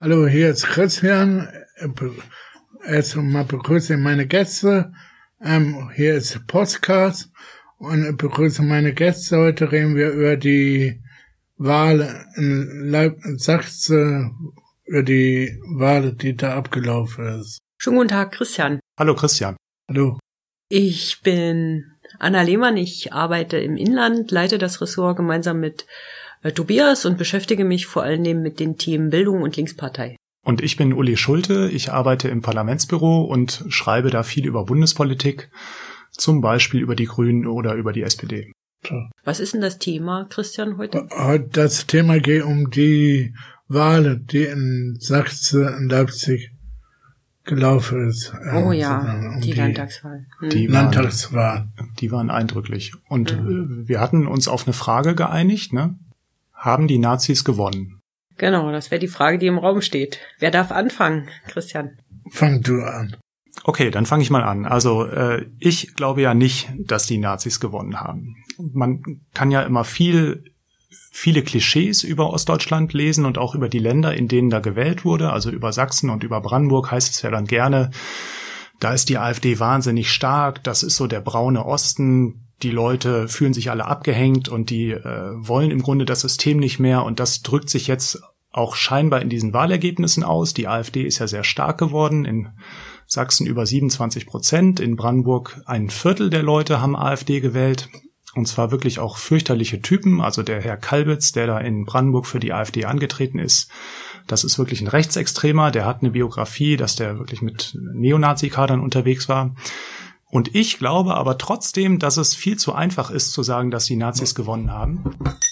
Hallo, hier ist Christian. Erst einmal begrüße ich meine Gäste. Hier ist der Podcast und ich begrüße meine Gäste. Heute reden wir über die Wahl in Sachsen, über die Wahl, die da abgelaufen ist. Schönen guten Tag, Christian. Hallo, Christian. Hallo. Ich bin Anna Lehmann. Ich arbeite im Inland, leite das Ressort gemeinsam mit Tobias und beschäftige mich vor allem mit den Themen Bildung und Linkspartei. Und ich bin Uli Schulte. Ich arbeite im Parlamentsbüro und schreibe da viel über Bundespolitik, zum Beispiel über die Grünen oder über die SPD. Was ist denn das Thema, Christian, heute? Das Thema geht um die Wahl, die in Sachsen, in Leipzig gelaufen ist. Oh ja, die Landtagswahl. Die Landtagswahl. Die waren eindrücklich. Und wir hatten uns auf eine Frage geeinigt, ne? Haben die Nazis gewonnen? Genau, das wäre die Frage, die im Raum steht. Wer darf anfangen, Christian? Fang du an. Okay, dann fange ich mal an. Also ich glaube ja nicht, dass die Nazis gewonnen haben. Man kann ja immer viele Klischees über Ostdeutschland lesen und auch über die Länder, in denen da gewählt wurde. Also über Sachsen und über Brandenburg heißt es ja dann gerne, da ist die AfD wahnsinnig stark, das ist so der braune Osten. Die Leute fühlen sich alle abgehängt und die wollen im Grunde das System nicht mehr. Und das drückt sich jetzt auch scheinbar in diesen Wahlergebnissen aus. Die AfD ist ja sehr stark geworden. In Sachsen über 27%. In Brandenburg 1/4 der Leute haben AfD gewählt. Und zwar wirklich auch fürchterliche Typen. Also der Herr Kalbitz, der da in Brandenburg für die AfD angetreten ist, das ist wirklich ein Rechtsextremer. Der hat eine Biografie, dass der wirklich mit Neonazi-Kadern unterwegs war. Und ich glaube aber trotzdem, dass es viel zu einfach ist, zu sagen, dass die Nazis gewonnen haben.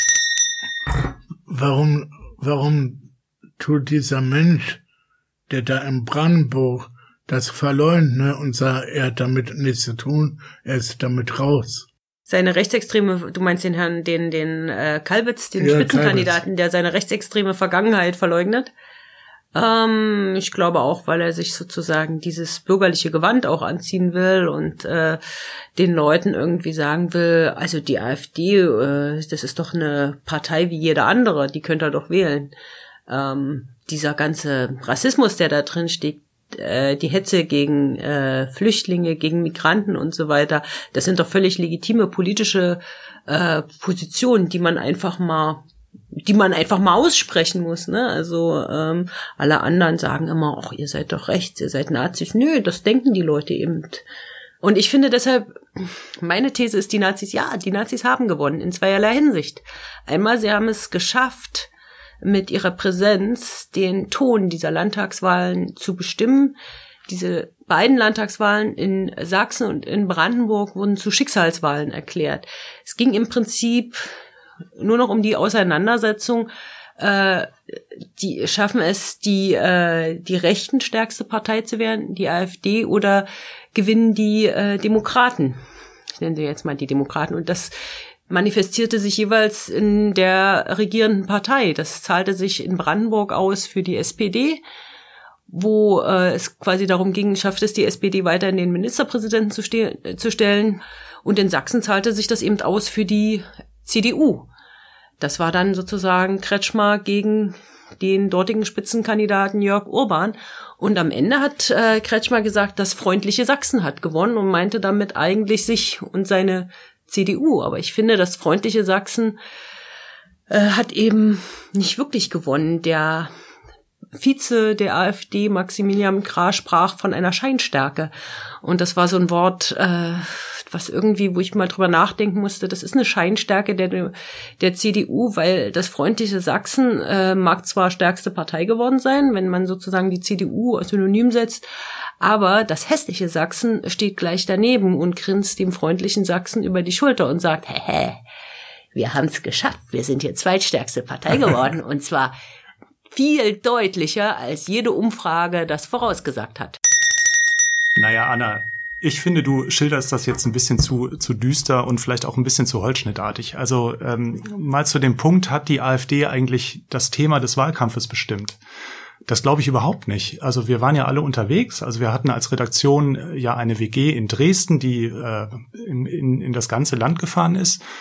Warum tut dieser Mensch, der da in Brandenburg das verleugnet und sagt, er hat damit nichts zu tun, er ist damit raus? Seine rechtsextreme, du meinst den Herrn, den Kalbitz, den Spitzenkandidaten, Kalbitz, der seine rechtsextreme Vergangenheit verleugnet? Ich glaube auch, weil er sich sozusagen dieses bürgerliche Gewand auch anziehen will und den Leuten irgendwie sagen will, also die AfD, das ist doch eine Partei wie jede andere, die könnt ihr doch wählen. Dieser ganze Rassismus, der da drin steht, die Hetze gegen Flüchtlinge, gegen Migranten und so weiter, das sind doch völlig legitime politische Positionen, die man einfach mal aussprechen muss, ne? Also alle anderen sagen immer, ach, ihr seid doch rechts, ihr seid Nazis. Nö, das denken die Leute eben. Und ich finde deshalb, meine These ist, die Nazis haben gewonnen, in zweierlei Hinsicht. Einmal, sie haben es geschafft, mit ihrer Präsenz den Ton dieser Landtagswahlen zu bestimmen. Diese beiden Landtagswahlen in Sachsen und in Brandenburg wurden zu Schicksalswahlen erklärt. Es ging im Prinzip nur noch um die Auseinandersetzung, die schaffen es, die rechten stärkste Partei zu werden, die AfD, oder gewinnen die Demokraten. Ich nenne sie jetzt mal die Demokraten. Und das manifestierte sich jeweils in der regierenden Partei. Das zahlte sich in Brandenburg aus für die SPD, wo es quasi darum ging, schafft es die SPD weiter in den Ministerpräsidenten zu stellen. Und in Sachsen zahlte sich das eben aus für die CDU. Das war dann sozusagen Kretschmer gegen den dortigen Spitzenkandidaten Jörg Urban. Und am Ende hat Kretschmer gesagt, das freundliche Sachsen hat gewonnen und meinte damit eigentlich sich und seine CDU. Aber ich finde, das freundliche Sachsen hat eben nicht wirklich gewonnen. Der Vize der AfD, Maximilian Krah, sprach von einer Scheinstärke. Und das war so ein Wort, was irgendwie, wo ich mal drüber nachdenken musste, das ist eine Scheinstärke der CDU, weil das freundliche Sachsen mag zwar stärkste Partei geworden sein, wenn man sozusagen die CDU als Synonym setzt, aber das hässliche Sachsen steht gleich daneben und grinst dem freundlichen Sachsen über die Schulter und sagt, wir haben es geschafft, wir sind hier zweitstärkste Partei geworden und zwar viel deutlicher, als jede Umfrage das vorausgesagt hat. Naja, Anna, ich finde, du schilderst das jetzt ein bisschen zu düster und vielleicht auch ein bisschen zu holzschnittartig. Also mal zu dem Punkt, hat die AfD eigentlich das Thema des Wahlkampfes bestimmt? Das glaube ich überhaupt nicht. Also wir waren ja alle unterwegs. Also wir hatten als Redaktion ja eine WG in Dresden, die in das ganze Land gefahren ist.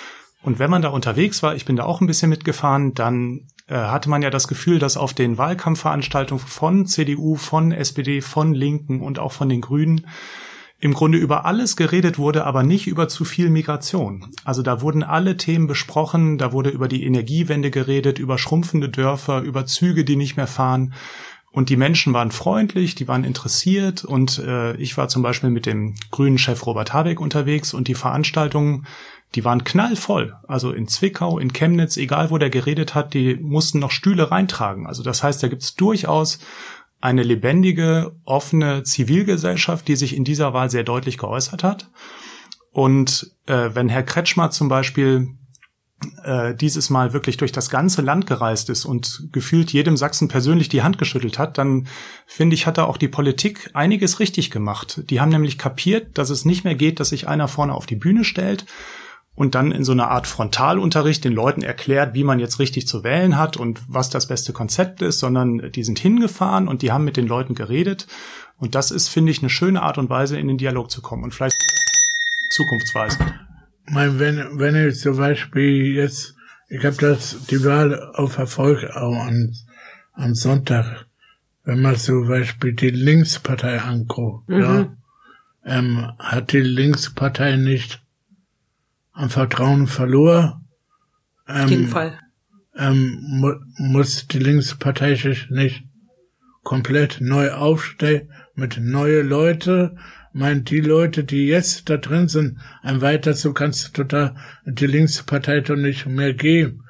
Und wenn man da unterwegs war, ich bin da auch ein bisschen mitgefahren, dann hatte man ja das Gefühl, dass auf den Wahlkampfveranstaltungen von CDU, von SPD, von Linken und auch von den Grünen im Grunde über alles geredet wurde, aber nicht über zu viel Migration. Also da wurden alle Themen besprochen, da wurde über die Energiewende geredet, über schrumpfende Dörfer, über Züge, die nicht mehr fahren. Und die Menschen waren freundlich, die waren interessiert. Und ich war zum Beispiel mit dem grünen Chef Robert Habeck unterwegs und die Veranstaltungen, die waren knallvoll. Also in Zwickau, in Chemnitz, egal wo der geredet hat, die mussten noch Stühle reintragen. Also das heißt, da gibt's durchaus eine lebendige, offene Zivilgesellschaft, die sich in dieser Wahl sehr deutlich geäußert hat. Und wenn Herr Kretschmer zum Beispiel dieses Mal wirklich durch das ganze Land gereist ist und gefühlt jedem Sachsen persönlich die Hand geschüttelt hat, dann finde ich, hat da auch die Politik einiges richtig gemacht. Die haben nämlich kapiert, dass es nicht mehr geht, dass sich einer vorne auf die Bühne stellt und dann in so einer Art Frontalunterricht den Leuten erklärt, wie man jetzt richtig zu wählen hat und was das beste Konzept ist, sondern die sind hingefahren und die haben mit den Leuten geredet. Und das ist, finde ich, eine schöne Art und Weise, in den Dialog zu kommen und vielleicht zukunftsweisend. Wenn ich zum Beispiel jetzt, ich habe die Wahl auf Erfolg auch am Sonntag, wenn man zum Beispiel die Linkspartei anguckt, ja, hat die Linkspartei nicht an Vertrauen verloren. Auf jeden Fall. Muss die Linkspartei sich nicht komplett neu aufstellen mit neue Leute. Die Leute, die jetzt da drin sind, weiter so kannst du da die Linkspartei doch nicht mehr geben.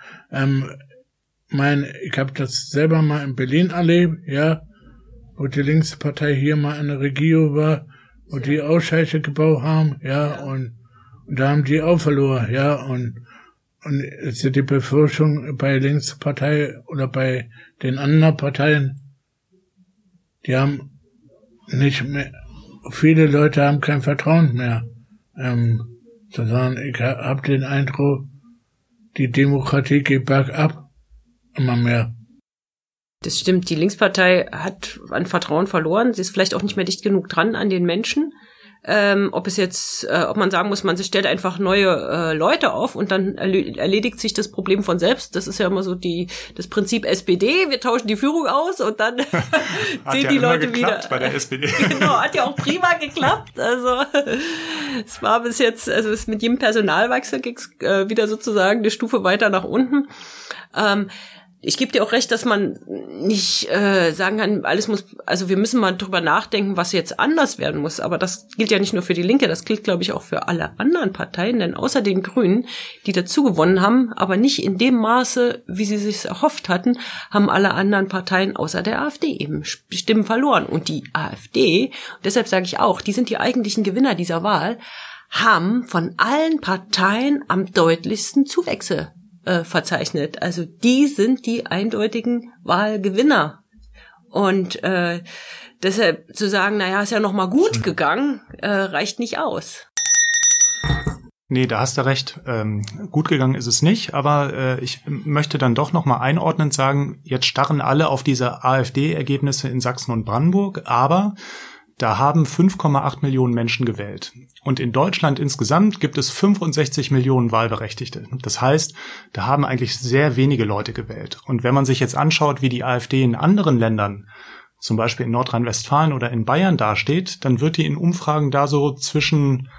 Ich habe das selber mal in Berlin erlebt, ja, wo die Linkspartei hier mal in der Regierung war, wo die Ausscheiche gebaut haben, ja, und da haben die auch verloren, ja, und ist die Befürchtung bei Linkspartei oder bei den anderen Parteien, die haben nicht mehr, viele Leute haben kein Vertrauen mehr, sondern ich habe den Eindruck, die Demokratie geht bergab, immer mehr. Das stimmt, die Linkspartei hat an Vertrauen verloren, sie ist vielleicht auch nicht mehr dicht genug dran an den Menschen. Ob man sagen muss, man stellt einfach neue Leute auf und dann erledigt sich das Problem von selbst. Das ist ja immer so das Prinzip SPD. Wir tauschen die Führung aus und dann sehen die Leute wieder. Bei der SPD. Genau, hat ja auch prima geklappt. Also es war bis jetzt, also es mit jedem Personalwechsel ging's wieder sozusagen eine Stufe weiter nach unten. Ich gebe dir auch recht, dass man nicht sagen kann, wir müssen mal drüber nachdenken, was jetzt anders werden muss. Aber das gilt ja nicht nur für die Linke, das gilt, glaube ich, auch für alle anderen Parteien. Denn außer den Grünen, die dazu gewonnen haben, aber nicht in dem Maße, wie sie sich erhofft hatten, haben alle anderen Parteien außer der AfD eben Stimmen verloren. Und die AfD, deshalb sage ich auch, die sind die eigentlichen Gewinner dieser Wahl, haben von allen Parteien am deutlichsten Zuwächse verzeichnet. Also die sind die eindeutigen Wahlgewinner. Und deshalb zu sagen, naja, ist ja noch mal gut gegangen, reicht nicht aus. Nee, da hast du recht. Gut gegangen ist es nicht, aber ich möchte dann doch noch mal einordnend sagen, jetzt starren alle auf diese AfD-Ergebnisse in Sachsen und Brandenburg, aber da haben 5,8 Millionen Menschen gewählt. Und in Deutschland insgesamt gibt es 65 Millionen Wahlberechtigte. Das heißt, da haben eigentlich sehr wenige Leute gewählt. Und wenn man sich jetzt anschaut, wie die AfD in anderen Ländern, zum Beispiel in Nordrhein-Westfalen oder in Bayern dasteht, dann wird die in Umfragen da so zwischen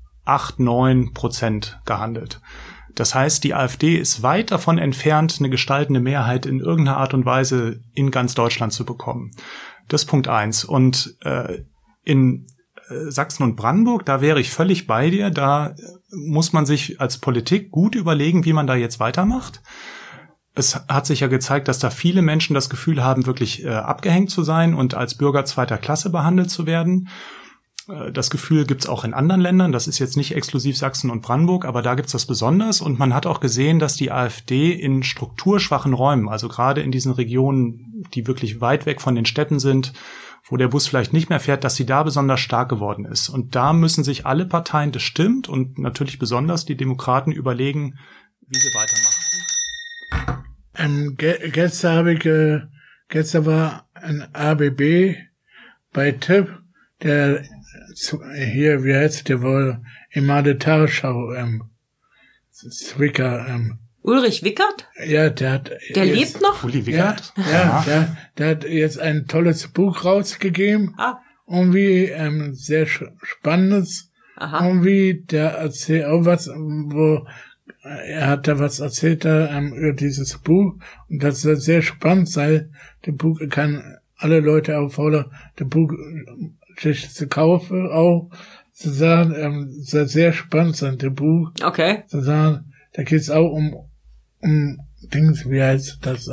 8-9% gehandelt. Das heißt, die AfD ist weit davon entfernt, eine gestaltende Mehrheit in irgendeiner Art und Weise in ganz Deutschland zu bekommen. Das ist Punkt 1. Und in Sachsen und Brandenburg, da wäre ich völlig bei dir. Da muss man sich als Politik gut überlegen, wie man da jetzt weitermacht. Es hat sich ja gezeigt, dass da viele Menschen das Gefühl haben, wirklich abgehängt zu sein und als Bürger zweiter Klasse behandelt zu werden. Das Gefühl gibt's auch in anderen Ländern. Das ist jetzt nicht exklusiv Sachsen und Brandenburg, aber da gibt's das besonders. Und man hat auch gesehen, dass die AfD in strukturschwachen Räumen, also gerade in diesen Regionen, die wirklich weit weg von den Städten sind, wo der Bus vielleicht nicht mehr fährt, dass sie da besonders stark geworden ist. Und da müssen sich alle Parteien, das stimmt, und natürlich besonders die Demokraten überlegen, wie sie weitermachen. Gestern war ein ABB bei Tipp, der hier, wie heißt der wohl, immer die Tagesschau Zwicker. Ulrich Wickert? Ja, der lebt noch? Uli Wickert? Ja, der hat jetzt ein tolles Buch rausgegeben. Irgendwie sehr spannendes. Irgendwie, der erzählt auch was, wo er hat da was erzählt über dieses Buch und das soll sehr spannend sein. Das Buch kann alle Leute auffordern, das Buch sich zu kaufen, auch zu sagen, soll sehr spannend sein, das Buch. Okay. Zu sagen, da geht's auch um Dings, wie heißt das,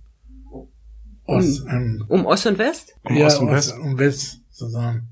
Ost, um Ost und West? Um Ost und West. Um West, zu sagen.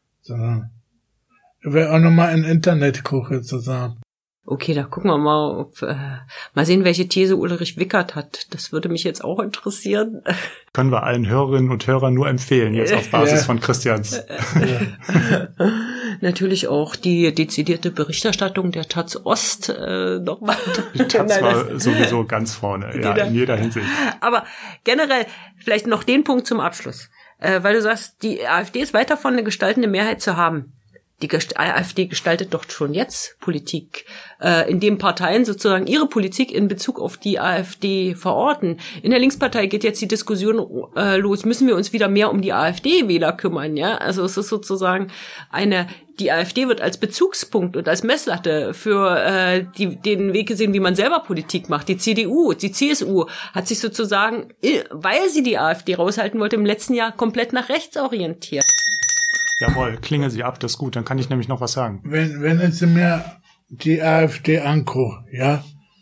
Ich will auch nochmal in Internet gucken, zu sagen. Okay, da gucken wir mal, mal sehen, welche These Ulrich Wickert hat. Das würde mich jetzt auch interessieren. Können wir allen Hörerinnen und Hörern nur empfehlen, jetzt auf Basis von Christians. Natürlich auch die dezidierte Berichterstattung der Taz Ost nochmal. Die Taz war sowieso ganz vorne, in jeder Hinsicht. Aber generell vielleicht noch den Punkt zum Abschluss. Weil du sagst, die AfD ist weit davon, eine gestaltende Mehrheit zu haben. Die AfD gestaltet doch schon jetzt Politik, indem Parteien sozusagen ihre Politik in Bezug auf die AfD verorten. In der Linkspartei geht jetzt die Diskussion los, müssen wir uns wieder mehr um die AfD-Wähler kümmern, ja? Also es ist sozusagen die AfD wird als Bezugspunkt und als Messlatte für den Weg gesehen, wie man selber Politik macht. Die CDU, die CSU hat sich sozusagen, weil sie die AfD raushalten wollte, im letzten Jahr komplett nach rechts orientiert. Jawohl, klinge Sie ab, das ist gut, dann kann ich nämlich noch was sagen. Wenn ich mir die AfD angucke, ja,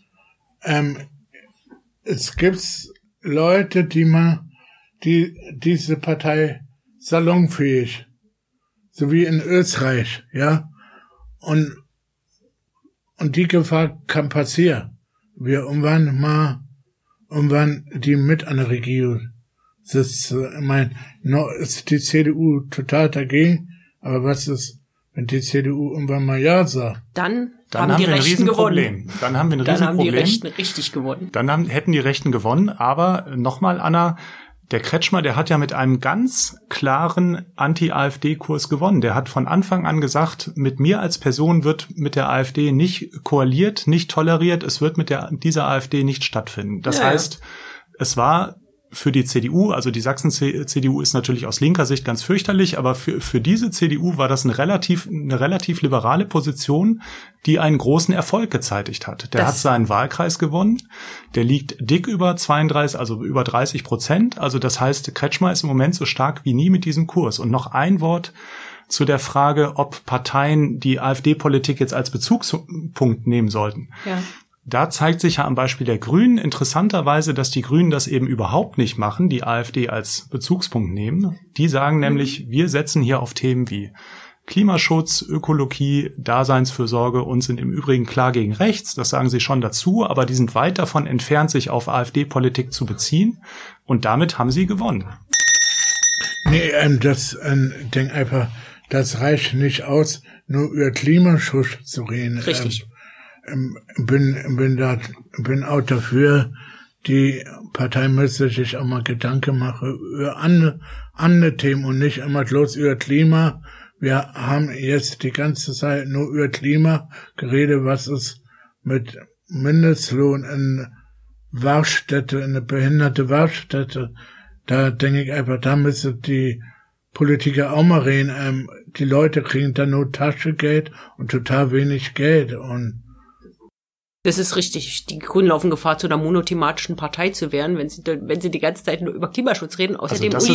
es gibt Leute, die diese Partei salonfähig, so wie in Österreich, ja, und die Gefahr kann passieren. Wir irgendwann die mit an der Regierung sitzt. Ich meine, noch ist die CDU total dagegen, aber was ist, wenn die CDU irgendwann mal Ja sagt? Dann haben die Rechten gewonnen. Dann haben wir ein Riesenproblem. Dann haben die Rechten richtig gewonnen. Dann hätten die Rechten gewonnen, aber nochmal, Anna, der Kretschmer, der hat ja mit einem ganz klaren Anti-AfD-Kurs gewonnen. Der hat von Anfang an gesagt, mit mir als Person wird mit der AfD nicht koaliert, nicht toleriert, es wird mit dieser AfD nicht stattfinden. Das heißt, es war für die CDU, also die Sachsen-CDU ist natürlich aus linker Sicht ganz fürchterlich, aber für diese CDU war das eine relativ liberale Position, die einen großen Erfolg gezeitigt hat. Der hat seinen Wahlkreis gewonnen, der liegt dick über 32, also über 30%. Also das heißt, Kretschmer ist im Moment so stark wie nie mit diesem Kurs. Und noch ein Wort zu der Frage, ob Parteien die AfD-Politik jetzt als Bezugspunkt nehmen sollten. Ja. Da zeigt sich ja am Beispiel der Grünen interessanterweise, dass die Grünen das eben überhaupt nicht machen, die AfD als Bezugspunkt nehmen. Die sagen nämlich, wir setzen hier auf Themen wie Klimaschutz, Ökologie, Daseinsfürsorge und sind im Übrigen klar gegen rechts. Das sagen sie schon dazu, aber die sind weit davon entfernt, sich auf AfD-Politik zu beziehen. Und damit haben sie gewonnen. Nee, denk einfach, das reicht nicht aus, nur über Klimaschutz zu reden. Richtig. Bin auch dafür, die Partei müsste sich auch mal Gedanken machen über andere Themen und nicht immer bloß über Klima. Wir haben jetzt die ganze Zeit nur über Klima geredet, was ist mit Mindestlohn in Werkstätte, in eine behinderte Werkstätte. Da denke ich einfach, da müssen die Politiker auch mal reden. Die Leute kriegen da nur Taschengeld und total wenig Geld und das ist richtig. Die Grünen laufen Gefahr, zu einer monothematischen Partei zu werden, wenn sie die ganze Zeit nur über Klimaschutz reden. Außerdem, also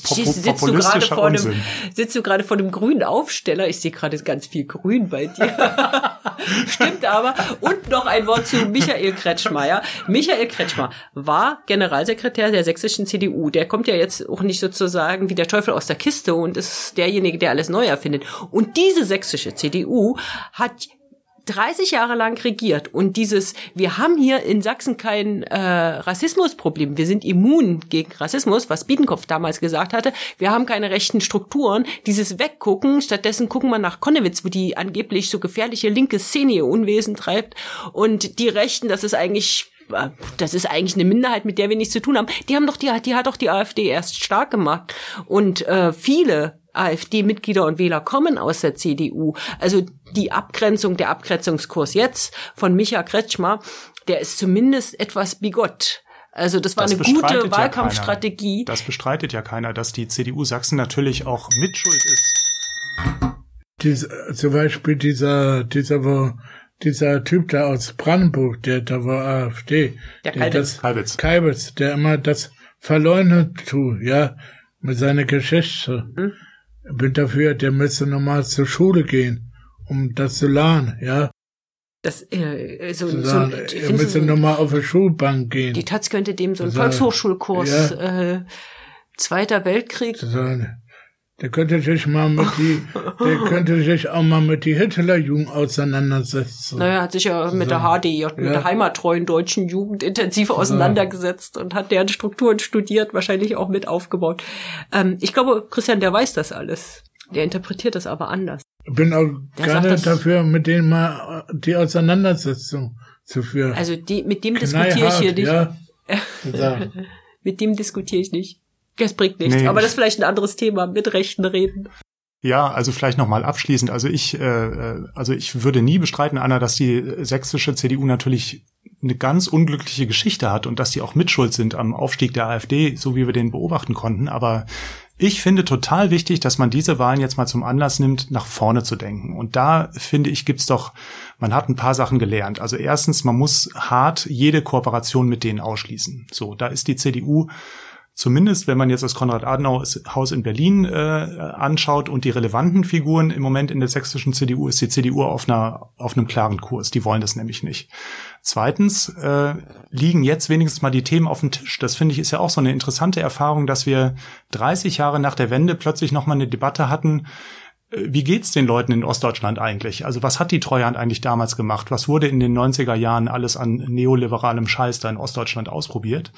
sitzt du gerade vor dem grünen Aufsteller. Ich sehe gerade ganz viel Grün bei dir. Stimmt aber. Und noch ein Wort zu Michael Kretschmer. Ja. Michael Kretschmer war Generalsekretär der sächsischen CDU. Der kommt ja jetzt auch nicht sozusagen wie der Teufel aus der Kiste und ist derjenige, der alles neu erfindet. Und diese sächsische CDU hat 30 Jahre lang regiert und wir haben hier in Sachsen kein Rassismusproblem, wir sind immun gegen Rassismus, was Biedenkopf damals gesagt hatte, wir haben keine rechten Strukturen, dieses Weggucken, stattdessen gucken wir nach Konnewitz, wo die angeblich so gefährliche linke Szene ihr Unwesen treibt und die Rechten, das ist eigentlich eine Minderheit, mit der wir nichts zu tun haben, die hat doch die AfD erst stark gemacht und viele AfD-Mitglieder und Wähler kommen aus der CDU. Also die Abgrenzung, der Abgrenzungskurs jetzt von Micha Kretschmer, der ist zumindest etwas bigott. Also das war eine gute Wahlkampfstrategie. Das bestreitet ja keiner, dass die CDU Sachsen natürlich auch mitschuld ist. Zum Beispiel dieser Typ da aus Brandenburg, der da war AfD. Der Kalbitz, der immer das verleugnet tut, ja, mit seiner Geschichte. Bin dafür, der müsste nochmal zur Schule gehen, um das zu lernen, ja. Er müsste nochmal auf die Schulbank gehen. Die Taz könnte dem so einen Volkshochschulkurs, Zweiter Weltkrieg. Der könnte sich auch mal mit die Hitlerjugend auseinandersetzen. Naja, hat sich ja mit der HDJ, mit der heimattreuen deutschen Jugend intensiv auseinandergesetzt und hat deren Strukturen studiert, wahrscheinlich auch mit aufgebaut. Ich glaube, Christian, der weiß das alles. Der interpretiert das aber anders. Ich bin auch gerne dafür, mit denen mal die Auseinandersetzung zu führen. Also mit dem diskutiere ich hier nicht. Ja. Mit dem diskutiere ich nicht. Das bringt nichts. Aber das ist vielleicht ein anderes Thema, mit Rechten reden. Ja, also vielleicht nochmal abschließend. Also ich würde nie bestreiten, Anna, dass die sächsische CDU natürlich eine ganz unglückliche Geschichte hat und dass die auch mitschuld sind am Aufstieg der AfD, so wie wir den beobachten konnten. Aber ich finde total wichtig, dass man diese Wahlen jetzt mal zum Anlass nimmt, nach vorne zu denken. Und da, finde ich, man hat ein paar Sachen gelernt. Also erstens, man muss hart jede Kooperation mit denen ausschließen. So, da ist die CDU zumindest, wenn man jetzt das Konrad-Adenauer-Haus in Berlin anschaut und die relevanten Figuren im Moment in der sächsischen CDU, ist die CDU auf einem klaren Kurs. Die wollen das nämlich nicht. Zweitens liegen jetzt wenigstens mal die Themen auf dem Tisch. Das finde ich ist ja auch so eine interessante Erfahrung, dass wir 30 Jahre nach der Wende plötzlich nochmal eine Debatte hatten. Wie geht's den Leuten in Ostdeutschland eigentlich? Also was hat die Treuhand eigentlich damals gemacht? Was wurde in den 90er Jahren alles an neoliberalem Scheiß da in Ostdeutschland ausprobiert?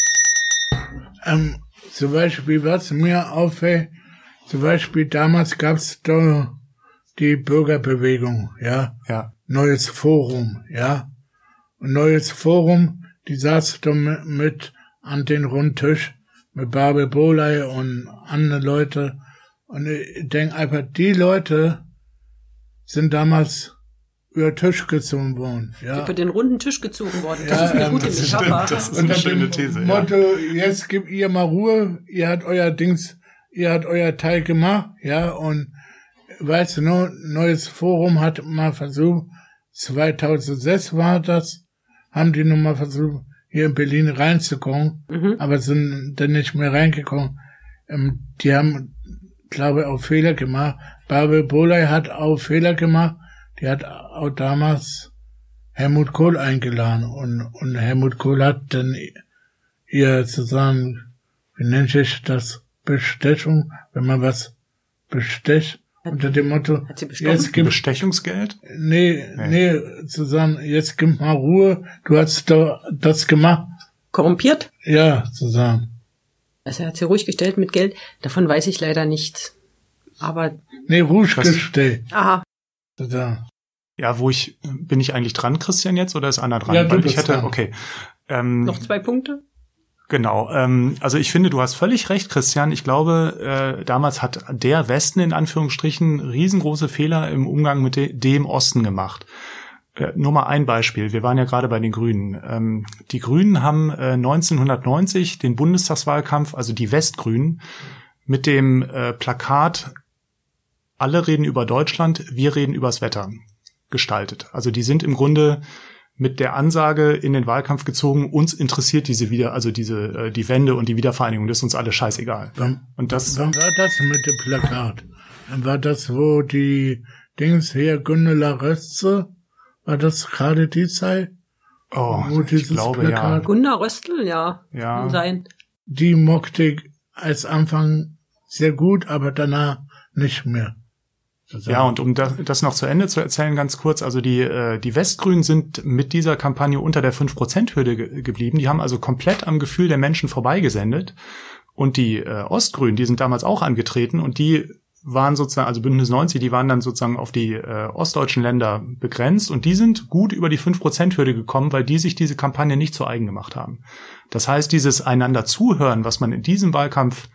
Zum Beispiel, was mir auffällt, zum Beispiel damals gab's da die Bürgerbewegung, ja. Neues Forum, ja. Und Neues Forum, die saß da mit an den Rundtisch mit Barbel Bohley und andere Leute. Und ich denke einfach, die Leute sind damals über den Tisch gezogen worden. Ja. Über den runden Tisch gezogen worden. Das ist eine gute Metapher. Das ist eine schöne These. Motto, jetzt gebt ihr mal Ruhe, ihr habt euer Teil gemacht, ja, und weißt du noch, Neues Forum hat mal versucht, 2006 war das, haben die nochmal versucht, hier in Berlin reinzukommen, aber sind dann nicht mehr reingekommen. Die haben, glaube ich, auch Fehler gemacht. Barbel Bohley hat auch Fehler gemacht. Die hat auch damals Helmut Kohl eingeladen und Helmut Kohl hat dann ihr zusammen, wie nennt sich das, Bestechung, wenn man was bestecht, unter dem Motto, jetzt gibt Bestechungsgeld? Nee, zusammen, jetzt gib mal Ruhe, du hast doch das gemacht. Korrumpiert? Ja, zusammen. Also er hat sie ruhig gestellt mit Geld, davon weiß ich leider nichts. Aber. Nee, ruhig gestellt. Aha. Ja, bin ich eigentlich dran, Christian, jetzt, oder ist Anna dran? Ja, du bist dran. Okay. Noch 2 Punkte? Genau. Also ich finde, du hast völlig recht, Christian. Ich glaube, damals hat der Westen in Anführungsstrichen riesengroße Fehler im Umgang mit dem Osten gemacht. Nur mal ein Beispiel. Wir waren ja gerade bei den Grünen. Die Grünen haben 1990 den Bundestagswahlkampf, also die Westgrünen, mit dem Plakat "Alle reden über Deutschland, wir reden übers Wetter" gestaltet. Also die sind im Grunde mit der Ansage in den Wahlkampf gezogen, uns interessiert die Wende und die Wiedervereinigung, das ist uns alles scheißegal. Wann war das mit dem Plakat? War das, wo die Gundula Röstl, war das gerade die Zeit? Oh, ich glaube, Plakat? Ja. Gundula Röstl, ja. Kann sein. Die mochte ich als Anfang sehr gut, aber danach nicht mehr. Ja, und um das noch zu Ende zu erzählen, ganz kurz, also die Westgrünen sind mit dieser Kampagne unter der 5%-Hürde geblieben. Die haben also komplett am Gefühl der Menschen vorbeigesendet. Und die Ostgrünen, die sind damals auch angetreten und die waren sozusagen, also Bündnis 90, die waren dann sozusagen auf die ostdeutschen Länder begrenzt und die sind gut über die 5%-Hürde gekommen, weil die sich diese Kampagne nicht zu eigen gemacht haben. Das heißt, dieses einander zuhören, was man in diesem Wahlkampf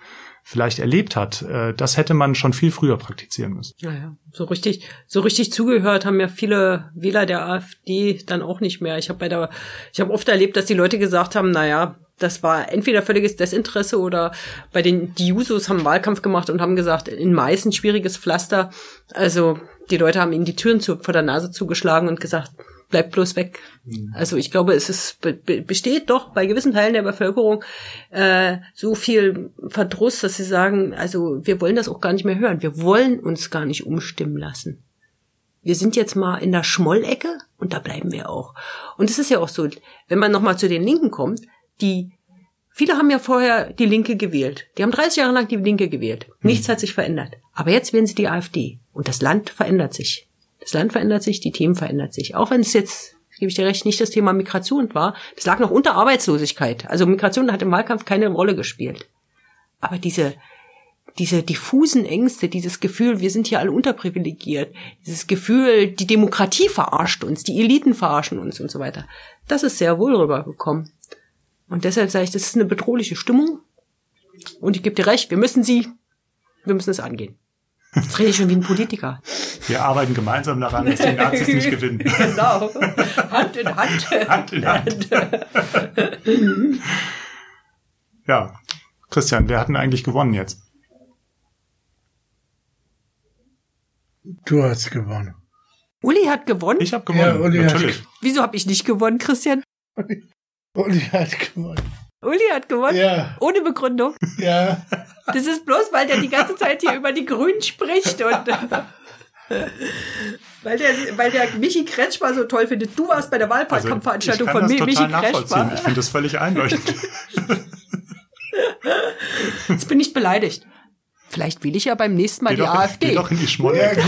vielleicht erlebt hat, das hätte man schon viel früher praktizieren müssen. Naja, so richtig zugehört haben ja viele Wähler der AfD dann auch nicht mehr. Ich habe oft erlebt, dass die Leute gesagt haben, naja, das war entweder völliges Desinteresse oder die Jusos haben einen Wahlkampf gemacht und haben gesagt, in Mais ein schwieriges Pflaster. Also die Leute haben ihnen die Türen vor der Nase zugeschlagen und gesagt, bleibt bloß weg. Also ich glaube, besteht doch bei gewissen Teilen der Bevölkerung so viel Verdruss, dass sie sagen, also wir wollen das auch gar nicht mehr hören. Wir wollen uns gar nicht umstimmen lassen. Wir sind jetzt mal in der Schmollecke und da bleiben wir auch. Und es ist ja auch so, wenn man nochmal zu den Linken kommt, viele haben ja vorher die Linke gewählt. Die haben 30 Jahre lang die Linke gewählt. Nichts hat sich verändert. Aber jetzt wählen sie die AfD. Und das Land verändert sich. Das Land verändert sich, die Themen verändern sich. Auch wenn es jetzt, gebe ich dir recht, nicht das Thema Migration war. Das lag noch unter Arbeitslosigkeit. Also Migration hat im Wahlkampf keine Rolle gespielt. Aber diese diffusen Ängste, dieses Gefühl, wir sind hier alle unterprivilegiert, dieses Gefühl, die Demokratie verarscht uns, die Eliten verarschen uns und so weiter, das ist sehr wohl rübergekommen. Und deshalb sage ich, das ist eine bedrohliche Stimmung. Und ich gebe dir recht, wir müssen es angehen. Jetzt rede ich schon wie ein Politiker. Wir arbeiten gemeinsam daran, dass die Nazis nicht gewinnen. Genau. Hand in Hand. Hand in Hand. Ja, Christian, wer hat denn eigentlich gewonnen jetzt? Du hast gewonnen. Uli hat gewonnen? Ich habe gewonnen, ja, Uli natürlich. Wieso habe ich nicht gewonnen, Christian? Uli hat gewonnen. Uli hat gewonnen? Ja. Ohne Begründung? Ja. Das ist bloß, weil der die ganze Zeit hier über die Grünen spricht und weil der Michi Kretschmer so toll findet. Du warst bei der Wahlkampfveranstaltung von Michi Kretschmer. Ich finde das völlig einleuchtend. Jetzt bin ich beleidigt. Vielleicht wähle ich ja beim nächsten Mal die AfD. Geh doch in die Schmollecke.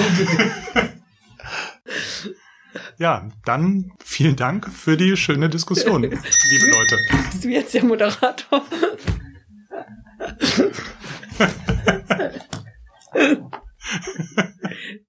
Ja, dann vielen Dank für die schöne Diskussion, liebe Leute. Bist du jetzt der Moderator?